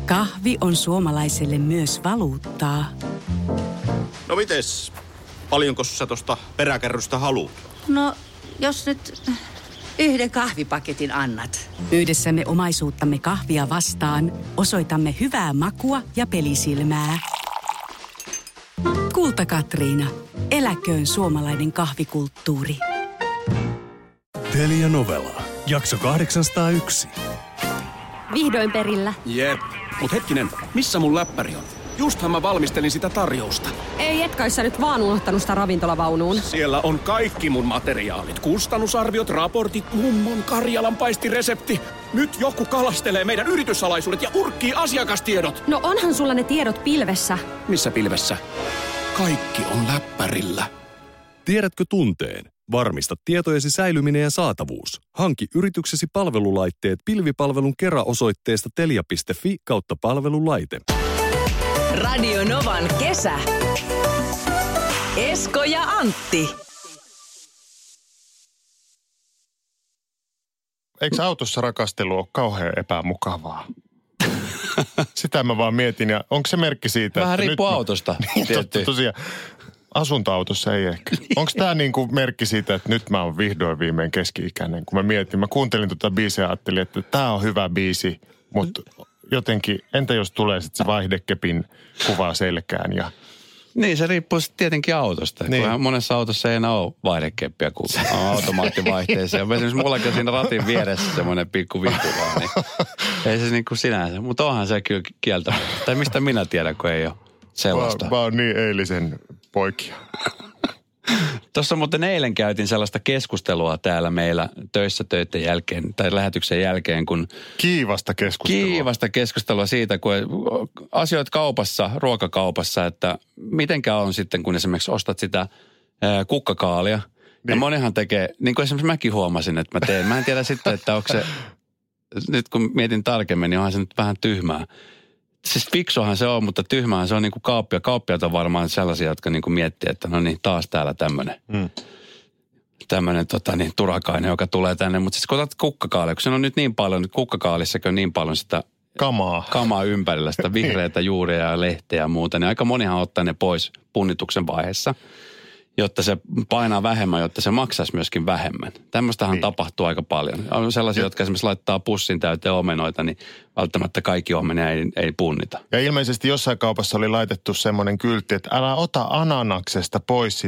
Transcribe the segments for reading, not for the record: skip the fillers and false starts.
Kahvi on suomalaiselle myös valuuttaa. No mites? Paljonko sä tosta peräkärrystä haluat? No, jos nyt yhden kahvipaketin annat. Yhdessä me omaisuuttamme kahvia vastaan osoitamme hyvää makua ja pelisilmää. Kulta Katriina. Eläköön suomalainen kahvikulttuuri. Telia Novella. Jakso 801. Vihdoin perillä. Jep. Mut hetkinen, missä mun läppäri on? Justhan mä valmistelin sitä tarjousta. Ei etkäissä nyt vaan unohtanut sitä ravintolavaunuun. Siellä on kaikki mun materiaalit. Kustannusarviot, raportit, mummon Karjalan paistiresepti. Nyt joku kalastelee meidän yrityssalaisuudet ja urkkii asiakastiedot. No onhan sulla ne tiedot pilvessä. Missä pilvessä? Kaikki on läppärillä. Tiedätkö tunteen? Varmista tietojesi säilyminen ja saatavuus. Hankki yrityksesi palvelulaitteet pilvipalvelun Kera osoitteesta telia.fi/palvelulaite. Radio Novan kesä. Esko ja Antti. Eikö autossa rakastelu ole kauhean epämukavaa? Sitä mä vaan mietin, ja onko se merkki siitä, vähän että riippuu nyt autosta. Niin, tosiaan. Asuntoautossa ei ehkä. Onko tämä niinku merkki siitä, että nyt mä oon vihdoin viimein keski-ikäinen? Kun mä kuuntelin tuota biisiä ja ajattelin, että tämä on hyvä biisi, mutta jotenkin, entä jos tulee sitten se vaihdekepin kuva selkään ja... Niin, se riippuu sitten tietenkin autosta. Niin. Monessa autossa ei enää ole vaihdekeppiä, kun on automaattivaihteeseen. Esimerkiksi mullakin on siinä ratin vieressä semmoinen pikku vippu vaan, niin ei se niin kuin sinänsä. Mutta onhan se kyllä kieltämättä. Tai mistä minä tiedän, kun ei ole sellaista. Mä oon niin eilisen poikia. Tuossa muuten eilen käytiin sellaista keskustelua täällä meillä töissä töiden jälkeen, tai lähetyksen jälkeen, kun... Kiivasta keskustelua siitä, kun asioit kaupassa, ruokakaupassa, että mitenkään on sitten, kun esimerkiksi ostat sitä kukkakaalia. Niin. Ja monihan tekee, niin kuin esimerkiksi mäkin huomasin, että mä teen. Mä en tiedä sitten, että onko se, nyt kun mietin tarkemmin, niin onhan se nyt vähän tyhmää. Siis fiksuahan se on, mutta tyhmähän se on niin kuin kaappia. Kauppiat on varmaan sellaisia, jotka niin kuin miettii, että no niin, taas täällä tämmöinen turakainen, joka tulee tänne. Mutta siis kun otat kukkakaalia, kun se on nyt niin paljon, kukkakaalissakin on niin paljon sitä kamaa ympärillä, sitä vihreätä juuria ja lehteä ja muuta, niin aika monihan ottaa ne pois punnituksen vaiheessa, jotta se painaa vähemmän, jotta se maksaisi myöskin vähemmän. Tämmöistähän tapahtuu aika paljon. On sellaisia, jotka esimerkiksi laittaa pussin täyteen omenoita, niin välttämättä kaikki omenia ei punnita. Ja ilmeisesti jossain kaupassa oli laitettu semmoinen kyltti, että älä ota ananaksesta pois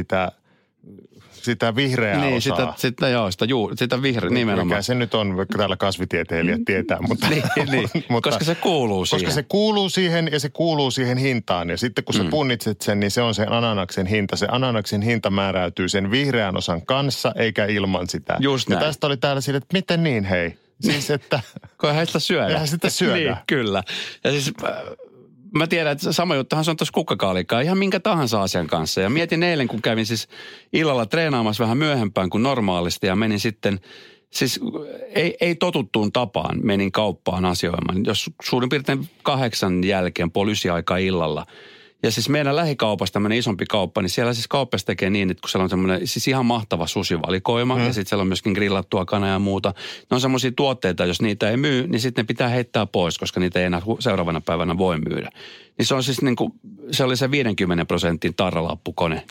sitä vihreää niin, osaa. Sitä vihreää nimenomaan. Mikä se nyt on, vaikka täällä kasvitieteilijät tietää. Mutta, mutta, koska se kuuluu siihen. Koska se kuuluu siihen ja se kuuluu siihen hintaan. Ja sitten kun sä punnitset sen, niin se on sen ananaksen hinta. Se ananaksen hinta määräytyy sen vihreän osan kanssa eikä ilman sitä. Just näin. Ja tästä oli täällä sille, että miten niin hei? Siis että... Kun eihän sitä syödä. Eihän sitä syödä. Niin, kyllä. Ja siis... Mä tiedän, että sama juttuhan se on tuossa kukkakaalikaan, ihan minkä tahansa asian kanssa. Ja mietin eilen, kun kävin siis illalla treenaamassa vähän myöhempään kuin normaalisti ja menin sitten, siis ei totuttuun tapaan menin kauppaan asioimaan. Jos suurin piirtein 8 jälkeen, 7:30 aikaa illalla. Ja siis meidän lähikaupassa tämmöinen isompi kauppa, niin siellä siis kauppias tekee niin, että kun siellä on semmoinen siis ihan mahtava susivalikoima ja sitten siellä on myöskin grillattua kanaa ja muuta. Ne on semmoisia tuotteita, jos niitä ei myy, niin sitten ne pitää heittää pois, koska niitä ei enää seuraavana päivänä voi myydä. Niin se on siis niin kuin, se oli se 50% tarralappukone.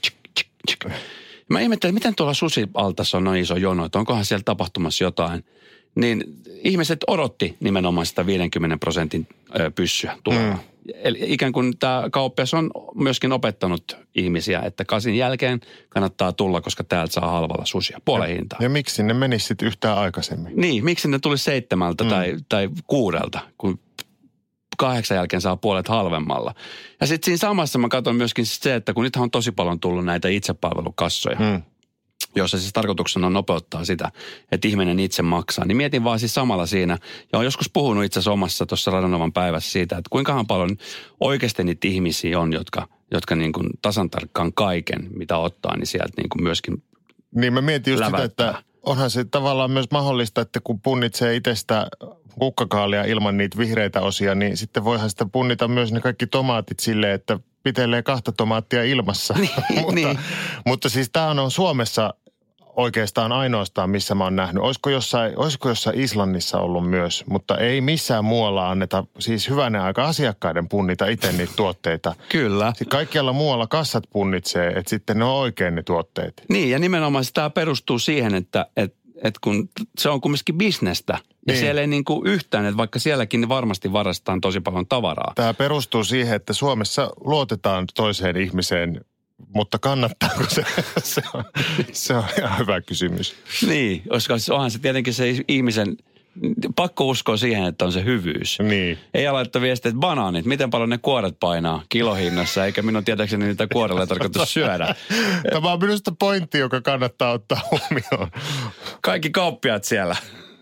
Mä ihmettelin, miten tuolla susialtassa on noin iso jono, että onkohan siellä tapahtumassa jotain. Niin ihmiset odotti nimenomaan sitä 50% pyssyä tulemaan. Eli ikään kuin tämä kauppias on myöskin opettanut ihmisiä, että 8 jälkeen kannattaa tulla, koska täältä saa halvalla susia, puolen hintaa. Ja miksi ne menisi sitten yhtään aikaisemmin? Niin, miksi ne tuli 7 tai 6, kun 8 jälkeen saa puolet halvemmalla. Ja sitten siinä samassa mä katson myöskin se, että kun nythän on tosi paljon tullut näitä itsepalvelukassoja, jossa siis tarkoituksena on nopeuttaa sitä, että ihminen itse maksaa. Niin mietin vaan siis samalla siinä, ja olen joskus puhunut itse asiassa omassa tuossa Radio Novan päivässä siitä, että kuinkahan paljon oikeasti niitä ihmisiä on, jotka niin kuin tasan tarkkaan kaiken, mitä ottaa, niin sieltä niin kuin myöskin niin mä mietin just läväyttää. sitä, että onhan se tavallaan myös mahdollista, että kun punnitsee itsestä kukkakaalia ilman niitä vihreitä osia, niin sitten voihan sitä punnita myös ne kaikki tomaatit silleen, että pitelee 2 tomaattia ilmassa. Niin. Mutta siis tämä on Suomessa oikeastaan ainoastaan, missä mä oon nähnyt. Olisiko jossain Islannissa ollut myös, mutta ei missään muualla anneta, siis hyvänä aika asiakkaiden punnita itse niitä tuotteita. Kyllä. Sitten kaikkialla muualla kassat punnitsee, että sitten ne on oikein ne tuotteet. Niin, ja nimenomaan tämä perustuu siihen, että kun se on kumminkin bisnestä. Ja niin. Siellä ei niin kuin yhtään, että vaikka sielläkin varmasti varastetaan tosi paljon tavaraa. Tämä perustuu siihen, että Suomessa luotetaan toiseen ihmiseen, mutta kannattaako se? Se on ihan hyvä kysymys. Niin, koska onhan se tietenkin se ihmisen pakko uskoa siihen, että on se hyvyys. Niin. Ei ala laittaa viestiä, että banaanit, miten paljon ne kuoret painaa kilohinnassa, eikä minun tietääkseni niitä kuorella tarkoitus syödä. Tämä on minusta pointti, joka kannattaa ottaa huomioon. Kaikki kauppiaat siellä.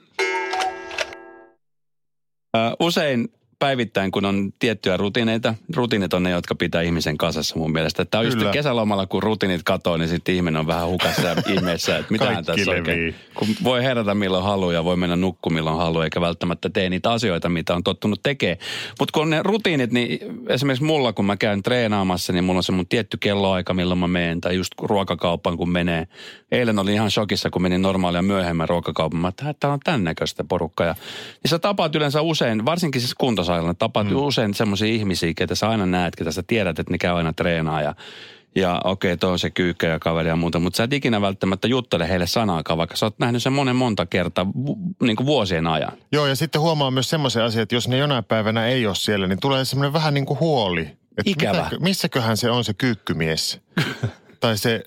Usein päivittäin, kun on tiettyjä rutiineita, rutiinit on ne, jotka pitää ihmisen kasassa mun mielestä. Tämä on just kesälomalla, kun rutiinit katoo, niin sitten ihminen on vähän hukassa ja ihmeessä, että mitähän tässä oikein. Kun voi herätä milloin haluaa ja voi mennä nukkumaan milloin haluaa, eikä välttämättä tee niitä asioita, mitä on tottunut tekemään. Mutta kun on ne rutiinit, niin esimerkiksi mulla, kun mä käyn treenaamassa, niin mulla on se mun tietty kelloaika, milloin mä menen, tai just ruokakauppaan, kun menee. Eilen oli ihan shokissa, kun menin normaalia myöhemmän ruokakaupan. Mä että tää on tämän näköistä porukkaa. Niin sä tapaat yleensä usein, varsinkin siis kuntosairaalana, tapaat usein semmoisia ihmisiä, ketä sä aina näet, ketä sä tiedät, että ne käy aina treenaa ja okei, toi on se kyykkä ja kaveri ja muuta, mutta sä et ikinä välttämättä juttele heille sanaakaan, vaikka sä oot nähnyt sen monta kertaa niin kuin vuosien ajan. Joo, ja sitten huomaa myös semmoisen asian, että jos ne jonain päivänä ei ole siellä, niin tulee semmoinen vähän niin kuin huoli. Ikävä. Missäköhän se on se kyykkymies? Tai se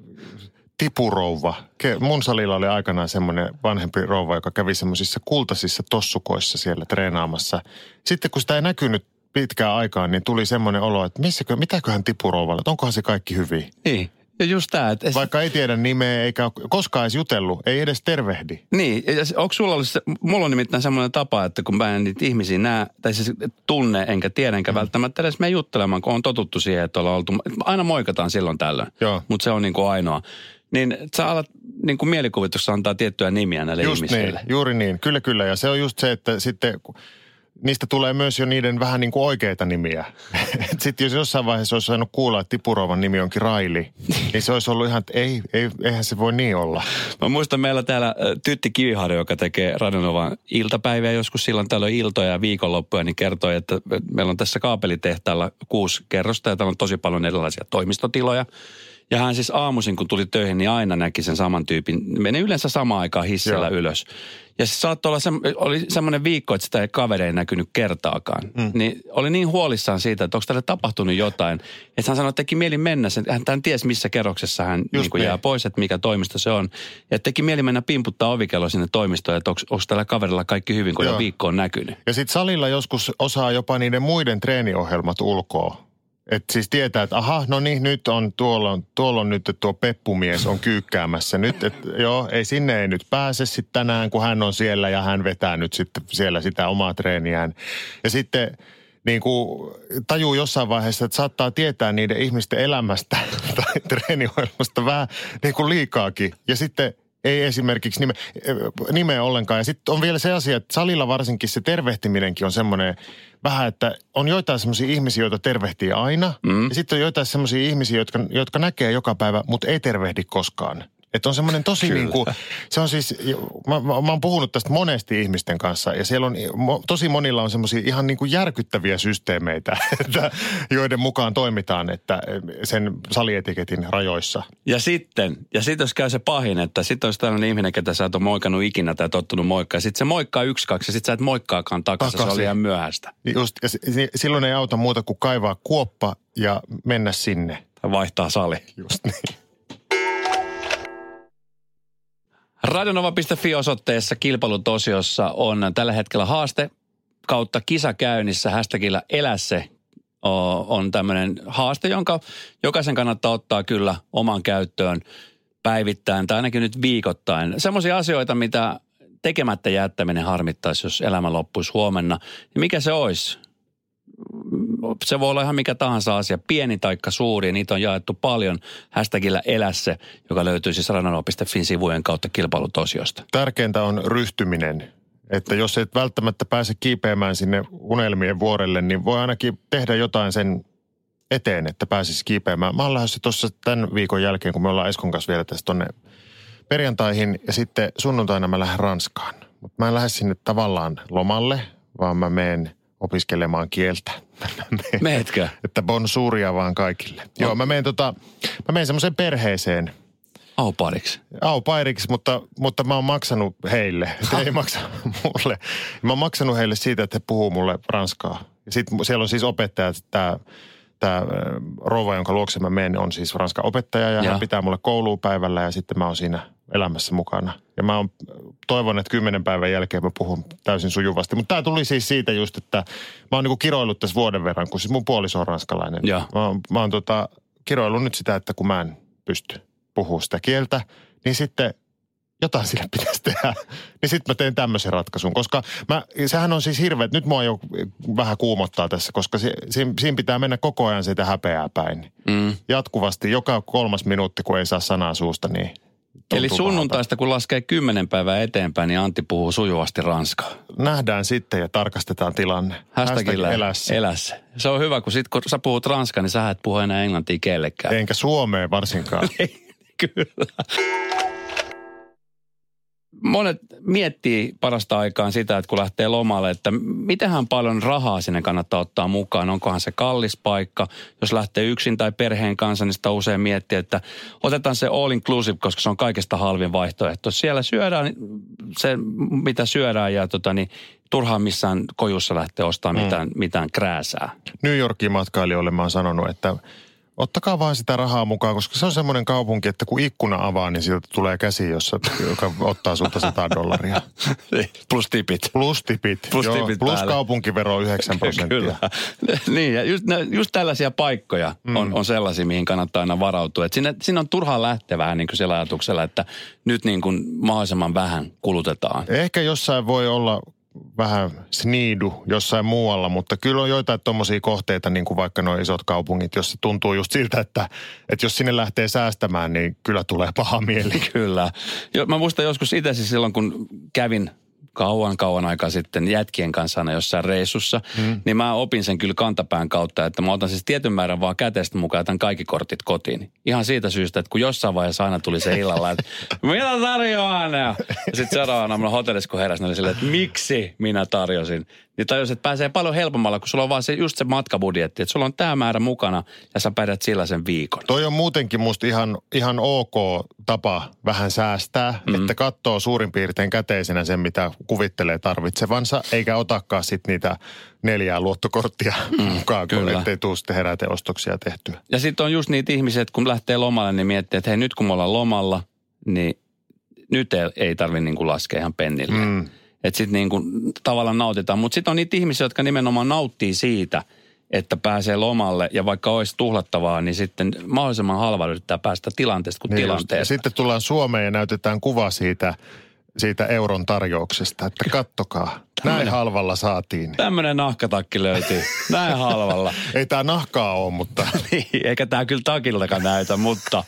tipurouva. Mun salilla oli aikanaan semmoinen vanhempi rouva, joka kävi semmoisissa kultaisissa tossukoissa siellä treenaamassa. Sitten kun sitä ei näkynyt pitkään aikaan, niin tuli semmoinen olo, että mitäköhän tipurouvalle, että onkohan se kaikki hyvin? Niin. Ja just tämä, että vaikka ei tiedä nimeä eikä koskaan edes jutellut, ei edes tervehdi. Niin, ja onko sulla ollut mulla on nimittäin semmoinen tapa, että kun mä en niitä ihmisiä näe, tai siis tunne enkä tiedä, enkä välttämättä edes mene juttelemaan, kun on totuttu siihen, että ollaan oltu, aina moikataan silloin tällöin, mutta se on niin kuin ainoa. Niin sä alat niin kuin mielikuvituksessa antaa tiettyjä nimiä näille just ihmisille. Niin, juuri niin, kyllä. Ja se on just se, että sitten niistä tulee myös jo niiden vähän niin kuin oikeita nimiä. Sitten jos jossain vaiheessa olisi saanut kuulla, että tipurouvan nimi onkin Raili, niin se olisi ollut ihan, että eihän se voi niin olla. Mä muistan meillä täällä Tytti Kiviharjo, joka tekee Radio Novan iltapäiviä joskus silloin tällöin iltoja ja viikonloppuja, niin kertoi, että meillä on tässä kaapelitehtaalla 6 kerrosta ja täällä on tosi paljon erilaisia toimistotiloja. Ja hän siis aamuisin, kun tuli töihin, niin aina näki sen saman tyypin. Meni yleensä samaan aikaan hissillä ylös. Ja se saattoi olla, oli semmoinen viikko, että sitä ei kaveri ei näkynyt kertaakaan. Niin oli niin huolissaan siitä, että onko tälle tapahtunut jotain. Että hän sanoi, että teki mieli mennä. Hän tiesi, missä kerroksessa hän niin jää pois, että mikä toimisto se on. Ja teki mieli mennä pimputtaa ovikello sinne toimistoon, että onko tällä kaverilla kaikki hyvin, kun jo viikko on näkynyt. Ja sitten salilla joskus osaa jopa niiden muiden treeniohjelmat ulkoa. Että siis tietää, että aha, no niin, nyt on, tuolla on nyt tuo peppumies on kyykkäämässä. Nyt, että joo, sinne ei nyt pääse sitten tänään, kun hän on siellä ja hän vetää nyt sitten siellä sitä omaa treeniään. Ja sitten niin kuin tajuu jossain vaiheessa, että saattaa tietää niiden ihmisten elämästä tai treeniohjelmasta vähän niin kuin liikaakin. Ja sitten ei esimerkiksi nimeä ollenkaan. Ja sitten on vielä se asia, että salilla varsinkin se tervehtiminenkin on semmoinen vähän, että on joitain semmoisia ihmisiä, joita tervehtii aina. Ja sitten on joitain semmoisia ihmisiä, jotka näkee joka päivä, mutta ei tervehdi koskaan. Että on semmoinen tosi niin kuin, se on siis, mä oon puhunut tästä monesti ihmisten kanssa ja siellä on, tosi monilla on semmoisia ihan niin kuin järkyttäviä systeemeitä, joiden mukaan toimitaan, että sen salietiketin rajoissa. Ja sitten jos käy se pahin, että sitten olisi tällainen ihminen, ketä sä et ole moikannut ikinä tai tottunut moikkaa. Sitten se moikkaa 1-2 ja sitten sä et moikkaakaan takaisin. Se oli ihan myöhäistä. Just, ja silloin ei auta muuta kuin kaivaa kuoppa ja mennä sinne. Tai vaihtaa sali. Just niin. Radionova.fi-osoitteessa kilpailutosiossa on tällä hetkellä haaste kautta kisa käynnissä. Hashtagillä elä se on tämmöinen haaste, jonka jokaisen kannattaa ottaa kyllä oman käyttöön päivittäin tai ainakin nyt viikoittain. Semmoisia asioita, mitä tekemättä jättäminen harmittaisi, jos elämä loppuisi huomenna. Ja mikä se olisi? Se voi olla ihan mikä tahansa asia, pieni taikka suuri, niitä on jaettu paljon hashtagillä elä se, joka löytyy siis radionova.fin sivujen kautta kilpailutosiosta. Tärkeintä on ryhtyminen, että jos et välttämättä pääse kiipeämään sinne unelmien vuorelle, niin voi ainakin tehdä jotain sen eteen, että pääsisi kiipeämään. Mä oon lähdössä tuossa tämän viikon jälkeen, kun me ollaan Eskon kanssa vielä tässä tonne perjantaihin ja sitten sunnuntaina mä lähden Ranskaan. Mutta mä en lähde sinne tavallaan lomalle, vaan mä menen opiskelemaan kieltä. Meetkö? Että bonjouria vaan kaikille. Joo, mä menen semmoiseen perheeseen. Au pairiksi, mutta mä oon maksanut heille. Ei maksa mulle. Mä oon maksanut heille siitä, että he puhuu mulle ranskaa. Ja sit siellä on siis opettaja, tämä rouva, jonka luokse mä menen, on siis ranskan opettaja ja hän pitää mulle koulua päivällä ja sitten mä oon siinä elämässä mukana. Ja mä toivon, että 10 päivän jälkeen mä puhun täysin sujuvasti. Mutta tää tuli siis siitä just, että mä oon niinku kiroillut tässä vuoden verran, kun siis mun puoliso on ranskalainen. Mä oon kiroillut nyt sitä, että kun mä en pysty puhua sitä kieltä, niin sitten jotain sille pitäisi tehdä. Niin sitten mä teen tämmöisen ratkaisun, koska sehän on siis hirveä, että nyt mua jo vähän kuumottaa tässä, koska siinä pitää mennä koko ajan sitä häpeää päin. Jatkuvasti, joka 3 minuutti, kun ei saa sanaa suusta, niin eli sunnuntaista, kun laskee 10 päivää eteenpäin, niin Antti puhuu sujuvasti ranskaa. Nähdään sitten ja tarkastetaan tilanne. Hashtagillä elässä. Se on hyvä, kun sä puhut ranskaa, niin sä et puhu enää englantia kellekään. Enkä suomea varsinkaan. Kyllä. Monet miettii parasta aikaan sitä, että kun lähtee lomalle, että mitenhän paljon rahaa sinne kannattaa ottaa mukaan. Onkohan se kallis paikka? Jos lähtee yksin tai perheen kanssa, niin sitä usein miettii, että otetaan se all inclusive, koska se on kaikesta halvin vaihtoehto. Siellä syödään se, mitä syödään ja turhaan missään kojussa lähtee ostamaan mitään krääsää. New Yorkin matkailijoille mä oon sanonut, että ottakaa vaan sitä rahaa mukaan, koska se on semmoinen kaupunki, että kun ikkuna avaa, niin sieltä tulee käsi, joka ottaa sulta $100. Plus tipit. Plus kaupunkivero 9%. Kyllä. Niin, ja just tällaisia paikkoja on sellaisia, mihin kannattaa aina varautua. Et siinä on turhaan lähteä vähän niin kuin sillä ajatuksella, että nyt niin kuin mahdollisimman vähän kulutetaan. Ehkä jossain voi olla vähän sniidu jossain muualla, mutta kyllä on joitain tommosia kohteita, niin kuin vaikka nuo isot kaupungit, jossa tuntuu just siltä, että jos sinne lähtee säästämään, niin kyllä tulee paha mieli. Kyllä. Mä muistan joskus itse silloin, kun kävin kauan aikaa sitten jätkien kanssa aina jossain reissussa, niin mä opin sen kyllä kantapään kautta, että mä otan siis tietyn määrän vaan käteistä mukaan ja otan kaikki kortit kotiin. Ihan siitä syystä, että kun jossain vaiheessa aina tuli se illalla, että mitä tarjoan? Ja sitten seuraavana aamulla hotellissa, kun heräsin, oli silleen, että miksi minä tarjosin? Niin tajusin, että pääsee paljon helpommalla, kun sulla on vaan just se matkabudjetti, että sulla on tämä määrä mukana ja sä pärjät sillä sen viikon. Toi on muutenkin musta ihan ok tapa vähän säästää, että katsoo suurin piirtein käteisenä sen, mitä kuvittelee tarvitsevansa, eikä otakaan sitten niitä 4 luottokorttia mukaan, kun ettei tule sitten heräteostoksia tehtyä. Ja sitten on just niitä ihmisiä, että kun lähtee lomalle, niin miettii, että hei, nyt kun me ollaan lomalla, niin nyt ei tarvitse niin kuin laskea ihan pennille. Että sitten niin kuin tavallaan nautitaan. Mutta sitten on niitä ihmisiä, jotka nimenomaan nauttii siitä, että pääsee lomalle ja vaikka olisi tuhlattavaa, niin sitten mahdollisimman halva yrittää päästä tilanteesta kuin niin tilanteesta. Ja sitten tullaan Suomeen ja näytetään kuva siitä euron tarjouksesta, että kattokaa, näin halvalla saatiin. Tämmöinen nahkatakki löytyy, näin halvalla. Ei tää nahkaa ole, mutta... Niin, eikä tää kyllä takiltakaan näytä, mutta...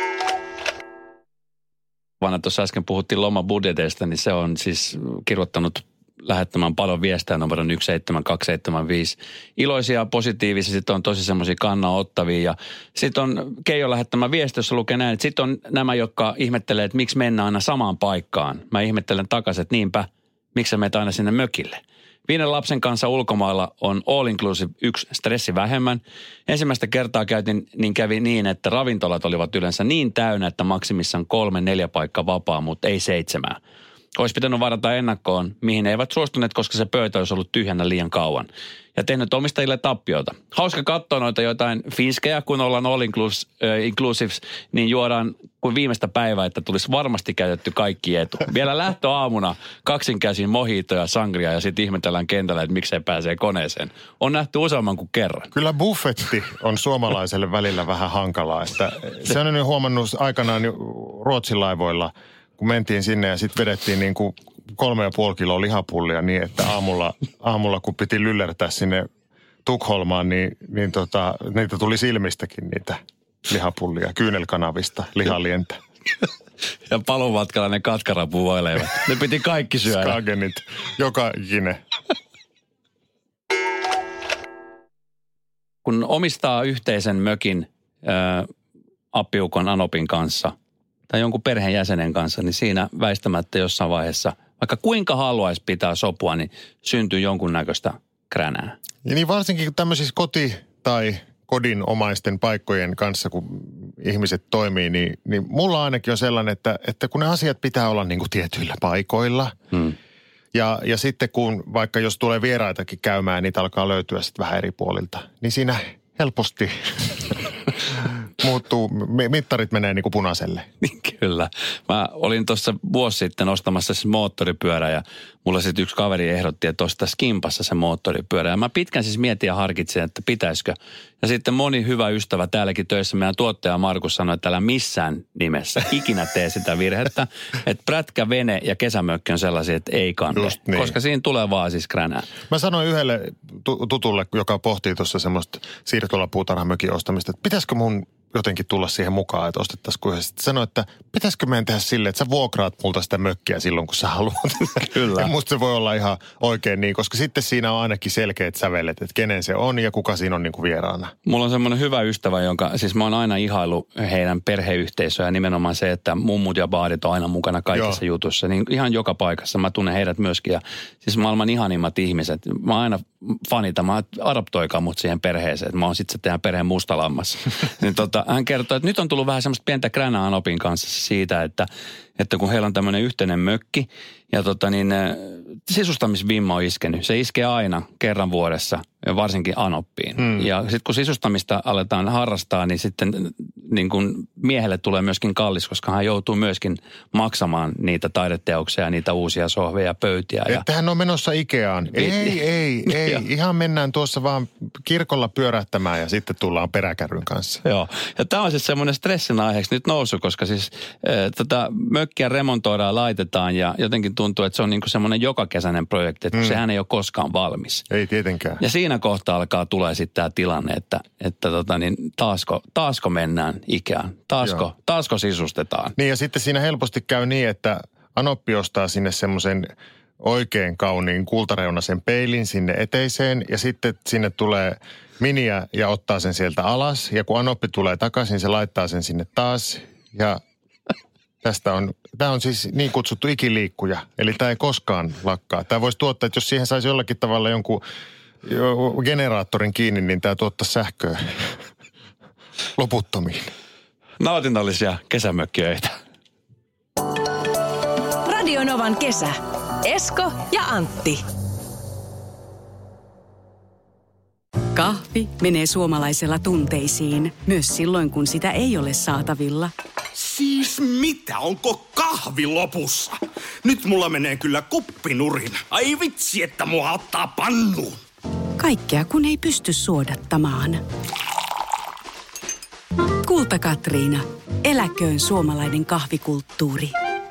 Vanha tuossa äsken puhuttiin lomabudjeteista, niin se on siis kirjoittanut lähettämään paljon viestejä numeron 17275. Iloisia, positiivisia, sitten on tosi semmoisia kannanottavia. Ja sitten on Keijo lähettämä viesti, jossa lukee näin, että sitten on nämä, jotka ihmettelee, että miksi mennään aina samaan paikkaan. Mä ihmettelen takaisin, että niinpä, miksi sä menet aina sinne mökille. 5 lapsen kanssa ulkomailla on all inclusive 1 stressi vähemmän. Ensimmäistä kertaa kävi niin, että ravintolat olivat yleensä niin täynnä, että maksimissaan 3-4 paikkaa vapaa, mutta ei 7. Olisi pitänyt varata ennakkoon, mihin eivät suostuneet, koska se pöytä olisi ollut tyhjänä liian kauan. Ja tehnyt omistajille tappiota. Hauska katsoa noita jotain finskejä, kun ollaan all inclusives, niin juodaan kuin viimeistä päivää, että tulisi varmasti käytetty kaikki etu. Vielä lähtöaamuna kaksinkäsin mojitoja, sangria ja sitten ihmetellään kentällä, että miksei pääsee koneeseen. On nähty useamman kuin kerran. Kyllä buffetti on suomalaiselle välillä vähän hankalaa. Että se on nyt huomannut aikanaan Ruotsin laivoilla, kun mentiin sinne ja sitten vedettiin niin kuin 3,5 kiloa lihapullia niin, että aamulla kun piti lyllertää sinne Tukholmaan, niin niitä tuli silmistäkin niitä lihapullia, kyynelkanavista, lihalientä. Ja palumatkalla ne katkarapuvoilevat. Ne piti kaikki syödä. Skagenit, joka ikinen. Kun omistaa yhteisen mökin appiukon Anopin kanssa, tai jonkun perheenjäsenen kanssa, niin siinä väistämättä jossain vaiheessa, vaikka kuinka haluaisi pitää sopua, niin syntyy jonkunnäköistä kränää. Ja niin varsinkin tämmöisissä tai kodinomaisten paikkojen kanssa, kun ihmiset toimii, niin mulla ainakin on sellainen, että kun ne asiat pitää olla niin kuin tietyillä paikoilla. Ja sitten kun vaikka jos tulee vieraitakin käymään, niitä alkaa löytyä sitten vähän eri puolilta, niin siinä helposti muuttuu, mittarit menee niin kuin punaiselle. Kyllä. Mä olin tuossa vuosi sitten ostamassa siis moottoripyörä ja mulla sitten yksi kaveri ehdotti, että ostaa Skimpassa se moottoripyörä. Ja mä pitkän siis mietin ja harkitsin, että pitäisikö. Ja sitten moni hyvä ystävä täälläkin töissä, meidän tuottaja Markus sanoi, että älä missään nimessä ikinä tee sitä virhettä. Että prätkä, vene ja kesämökki on sellaisia, että ei kannata. Niin. Koska siinä tulee vaan siis kränää. Mä sanoin yhdelle tutulle, joka pohtii tuossa semmoista siirtolapuutarhamökin ostamista, että pitäisikö mun jotenkin tulla siihen mukaan, että ostettaisiin yhdessä. Sitten sanoi, että pitäisikö meidän tehdä silleen, että sä vuokraat multa sitä mökkiä silloin, kun sä haluat. Kyllä. Ja musta se voi olla ihan oikein niin, koska sitten siinä on ainakin selkeät sävelet, että kenen se on ja kuka siinä on niin kuin vieraana. Mulla on semmoinen hyvä ystävä, siis mä oon aina ihaillut heidän perheyhteisöä ja nimenomaan se, että mummut ja baadit on aina mukana kaikissa jutussa. Niin ihan joka paikassa. Mä tunnen heidät myöskin ja siis maailman ihanimmat ihmiset. Mä aina fanitan, adoptoikaa mut siihen perheeseen, että mä oon sitten se teidän perheen mustalammas. Niin hän kertoi, että nyt on tullut vähän semmoista pientä kränää Anopin kanssa siitä, että kun heillä on tämmöinen yhteinen mökki ja sisustamisvimma on iskenyt. Se iskee aina kerran vuodessa, varsinkin Anoppiin. Ja sitten kun sisustamista aletaan harrastaa, niin sitten niin kun miehelle tulee myöskin kallis, koska hän joutuu myöskin maksamaan niitä taideteoksia ja niitä uusia sohveja ja pöytiä. Että hän on menossa Ikeaan. Ei. Ihan mennään tuossa vaan kirkolla pyörähtämään ja sitten tullaan peräkärryn kanssa. Joo. Ja tämä on siis semmoinen stressin aiheeksi nyt noussut, koska siis tätä mökkiä remontoidaan ja laitetaan ja jotenkin tuntuu, että se on niin kuin semmoinen jokakesäinen projekti, että sehän ei ole koskaan valmis. Ei tietenkään. Ja siinä kohtaa alkaa tulee sitten tämä tilanne, että taasko mennään Ikeaan, taasko sisustetaan. Niin ja sitten siinä helposti käy niin, että Anoppi ostaa sinne semmoisen oikein kauniin kultareunaisen peilin sinne eteiseen ja sitten sinne tulee miniä ja ottaa sen sieltä alas ja kun Anoppi tulee takaisin, se laittaa sen sinne taas ja tämä on siis niin kutsuttu ikiliikkuja, eli tämä ei koskaan lakkaa. Tämä voisi tuottaa, että jos siihen saisi jollakin tavalla jonkun generaattorin kiinni, niin tämä tuottaa sähköä loputtomiin. Nautinnollisia kesämökkiöitä. Radio Novan kesä. Esko ja Antti. Kahvi menee suomalaisella tunteisiin, myös silloin kun sitä ei ole saatavilla. Siis mitä? Onko kahvi lopussa? Nyt mulla menee kyllä kuppinurin. Ai vitsi, että mua ottaa pannuun. Kaikkea kun ei pysty suodattamaan. Kulta Katriina. Eläköön suomalainen kahvikulttuuri.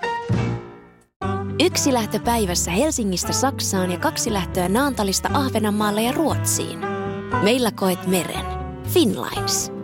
1 lähtö päivässä Helsingistä Saksaan ja 2 lähtöä Naantalista Ahvenanmaalle ja Ruotsiin. Meillä koet meren. Finnlines.